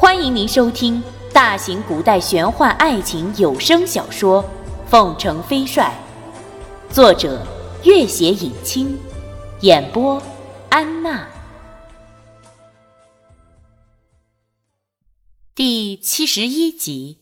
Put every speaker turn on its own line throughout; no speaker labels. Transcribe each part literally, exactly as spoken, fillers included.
欢迎您收听大型古代玄幻爱情有声小说《凤城飞帅》，作者月写影清，演播安娜。第七十一集。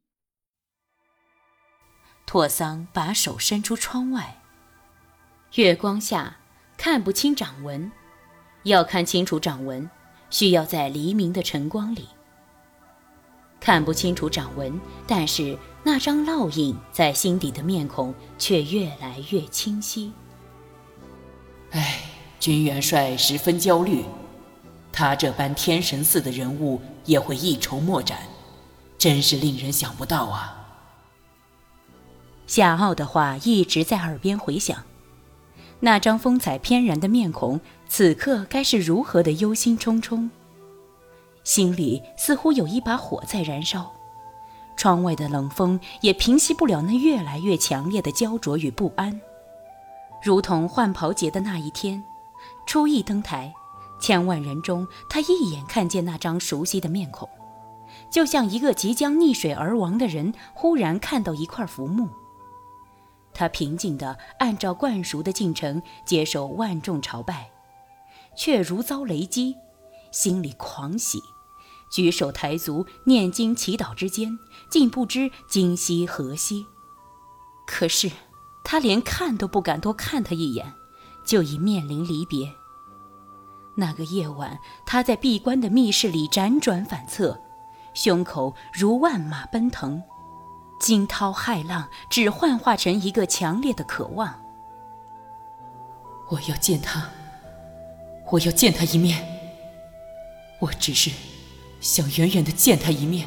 拓桑把手伸出窗外，月光下看不清掌纹，要看清楚掌纹，需要在黎明的晨光里。看不清楚掌纹，但是那张烙印在心底的面孔却越来越清晰。
唉，军元帅十分焦虑，他这般天神似的人物也会一筹莫展，真是令人想不到啊。
夏傲的话一直在耳边回响，那张风采翩然的面孔此刻该是如何的忧心忡忡，心里似乎有一把火在燃烧，窗外的冷风也平息不了那越来越强烈的焦灼与不安。如同换袍节的那一天，初一登台，千万人中他一眼看见那张熟悉的面孔，就像一个即将溺水而亡的人忽然看到一块浮木。他平静地按照惯熟的进程接受万众朝拜，却如遭雷击，心里狂喜，举手抬足念经祈祷之间，竟不知今夕何夕。可是他连看都不敢多看他一眼，就已面临离别。那个夜晚，他在闭关的密室里辗转反侧，胸口如万马奔腾，惊涛骇浪只幻化成一个强烈的渴望。
我要见他，我要见他一面，我只是想远远地见他一面。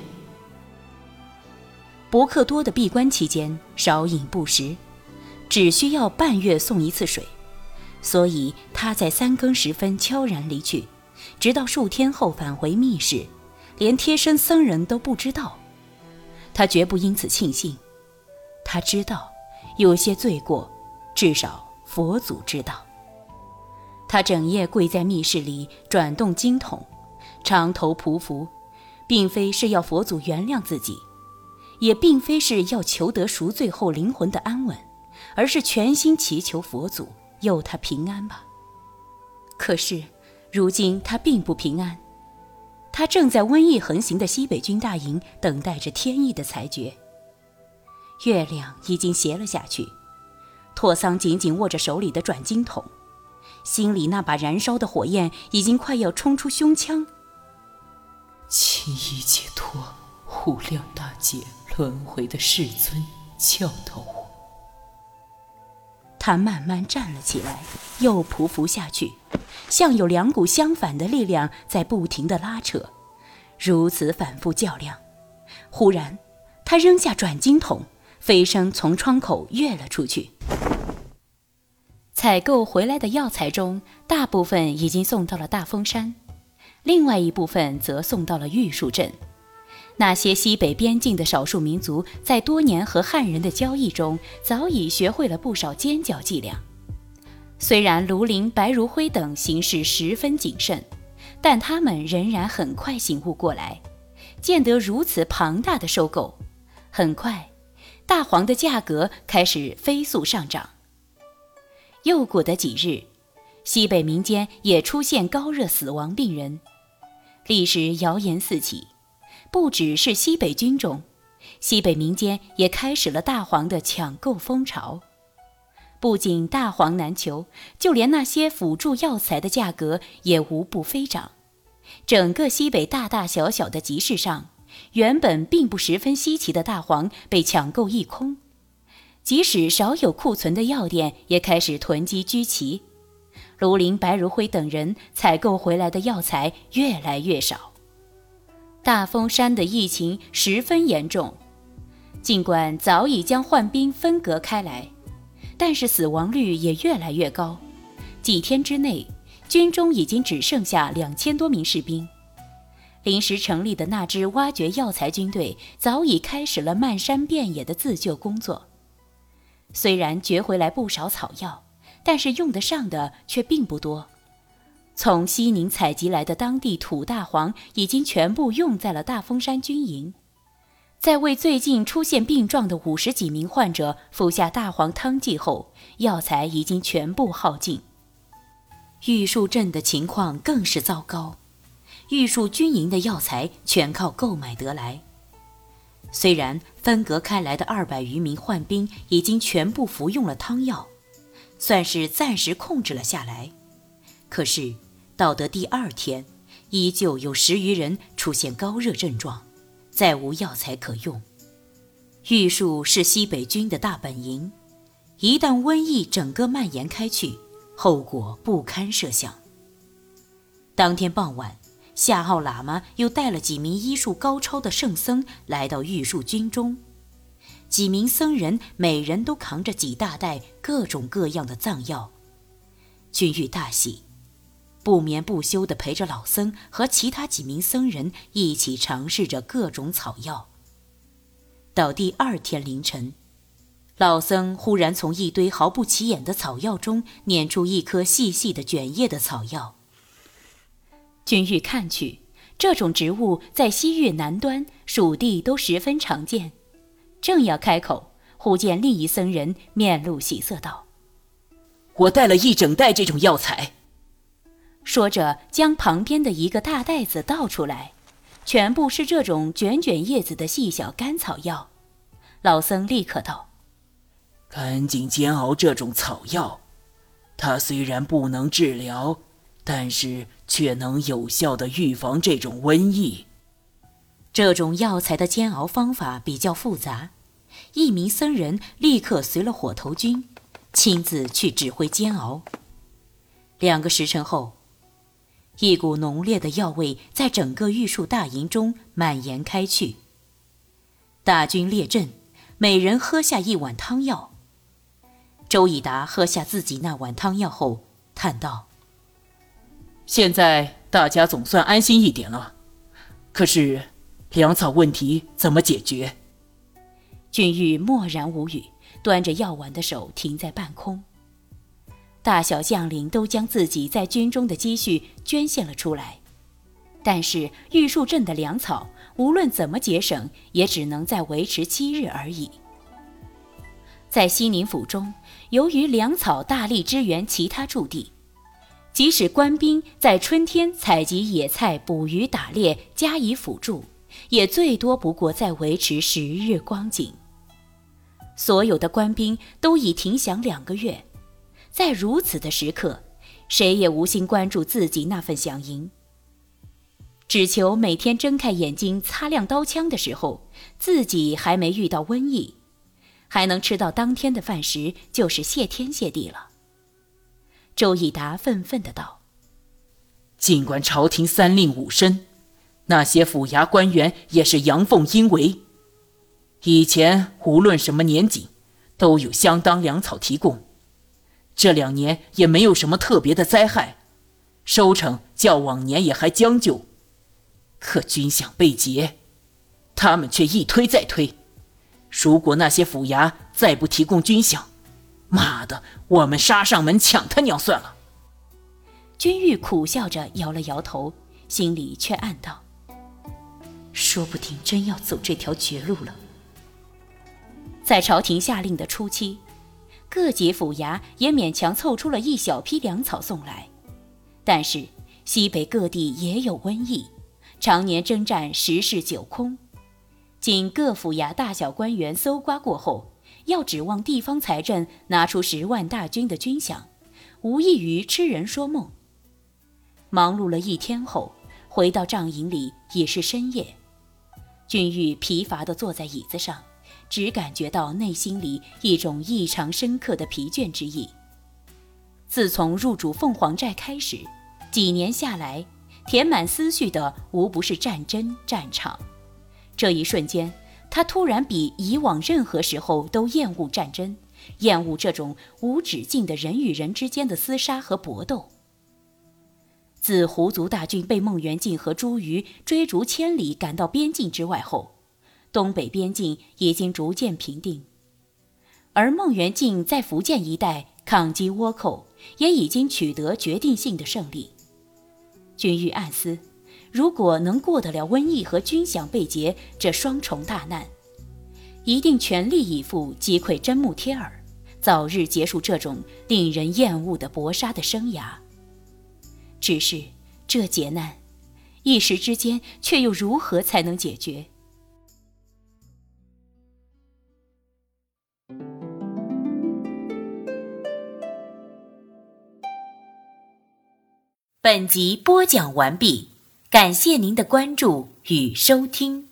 伯克多的闭关期间少饮不食，只需要半月送一次水，所以他在三更时分悄然离去，直到数天后返回密室，连贴身僧人都不知道。他绝不因此庆幸，他知道有些罪过至少佛祖知道。他整夜跪在密室里转动经筒，长头匍匐，并非是要佛祖原谅自己，也并非是要求得赎罪后灵魂的安稳，而是全心祈求佛祖佑他平安吧。可是如今他并不平安，他正在瘟疫横行的西北军大营等待着天意的裁决。月亮已经斜了下去，拓桑紧紧握着手里的转经筒，心里那把燃烧的火焰已经快要冲出胸腔。
轻易解脱无量大劫轮回的世尊教导我。
他慢慢站了起来，又匍匐下去，像有两股相反的力量在不停地拉扯，如此反复较量。忽然他扔下转经筒，飞身从窗口跃了出去。采购回来的药材中，大部分已经送到了大峰山，另外一部分则送到了玉树镇。那些西北边境的少数民族在多年和汉人的交易中早已学会了不少尖角伎俩。虽然卢林、白如辉等行事十分谨慎，但他们仍然很快醒悟过来，见得如此庞大的收购，很快大黄的价格开始飞速上涨。又过的几日，西北民间也出现高热死亡病人，历时谣言四起。不只是西北军中，西北民间也开始了大黄的抢购风潮。不仅大黄难求，就连那些辅助药材的价格也无不飞涨。整个西北大大小小的集市上，原本并不十分稀奇的大黄被抢购一空，即使少有库存的药店也开始囤积居奇。卢林、白如辉等人采购回来的药材越来越少。大峰山的疫情十分严重，尽管早已将患兵分隔开来，但是死亡率也越来越高。几天之内，军中已经只剩下两千多名士兵。临时成立的那支挖掘药材军队早已开始了漫山遍野的自救工作。虽然掘回来不少草药，但是用得上的却并不多。 从西宁采集来的当地土大黄已经全部用在了大峰山军营，在为最近出现病状的五十几名患者服下大黄汤剂后，药材已经全部耗尽。玉树镇的情况更是糟糕，玉树军营的药材全靠购买得来。虽然分隔开来的二百余名患兵已经全部服用了汤药，算是暂时控制了下来，可是到得第二天，依旧有十余人出现高热症状，再无药材可用。玉树是西北军的大本营，一旦瘟疫整个蔓延开去，后果不堪设想。当天傍晚，夏浩喇嘛又带了几名医术高超的圣僧来到玉树军中。几名僧人每人都扛着几大袋各种各样的藏药。君玉大喜，不眠不休地陪着老僧和其他几名僧人一起尝试着各种草药。到第二天凌晨，老僧忽然从一堆毫不起眼的草药中捻出一颗细细的卷叶的草药。君玉看去，这种植物在西域南端蜀地都十分常见，正要开口，忽见另一僧人面露喜色道：
我带了一整袋这种药材。
说着将旁边的一个大袋子倒出来，全部是这种卷卷叶子的细小干草药。老僧立刻道：
赶紧煎熬这种草药，它虽然不能治疗，但是却能有效地预防这种瘟疫。
这种药材的煎熬方法比较复杂，一名僧人立刻随了火头军，亲自去指挥煎熬。两个时辰后，一股浓烈的药味在整个玉树大营中蔓延开去。大军列阵，每人喝下一碗汤药。周以达喝下自己那碗汤药后，叹道：
现在大家总算安心一点了，可是粮草问题怎么解决？
君玉默然无语，端着药碗的手停在半空。大小将领都将自己在军中的积蓄捐献了出来，但是玉树镇的粮草无论怎么节省，也只能再维持七日而已。在西宁府中，由于粮草大力支援其他驻地，即使官兵在春天采集野菜、捕鱼、打猎加以辅助，也最多不过再维持十日光景。所有的官兵都已停饷两个月，在如此的时刻，谁也无心关注自己那份饷银，只求每天睁开眼睛擦亮刀枪的时候，自己还没遇到瘟疫，还能吃到当天的饭食，就是谢天谢地了。周以达愤愤地道：
尽管朝廷三令五申，那些府衙官员也是阳奉阴违。以前无论什么年景，都有相当粮草提供，这两年也没有什么特别的灾害，收成较往年也还将就。可军饷被劫，他们却一推再推。如果那些府衙再不提供军饷，妈的，我们杀上门抢他娘算了。
君玉苦笑着摇了摇头，心里却暗道：说不定真要走这条绝路了。在朝廷下令的初期，各级府衙也勉强凑出了一小批粮草送来，但是西北各地也有瘟疫，常年征战十室九空。经各府衙大小官员搜刮过后，要指望地方财政拿出十万大军的军饷，无异于痴人说梦。忙碌了一天后，回到帐营里已是深夜。君玉疲乏地坐在椅子上，只感觉到内心里一种异常深刻的疲倦之意。自从入主凤凰寨开始，几年下来，填满思绪的无不是战争战场。这一瞬间，他突然比以往任何时候都厌恶战争，厌恶这种无止境的人与人之间的厮杀和搏斗。自胡族大军被孟元敬和朱瑜追逐千里赶到边境之外后，东北边境已经逐渐平定，而孟元敬在福建一带抗击倭寇，也已经取得决定性的胜利。 君欲暗思，如果能过得了瘟疫和军饷被劫这双重大难，一定全力以赴击溃真木贴尔，早日结束这种令人厌恶的搏杀的生涯。只是这劫难，一时之间却又如何才能解决？本集播讲完毕，感谢您的关注与收听。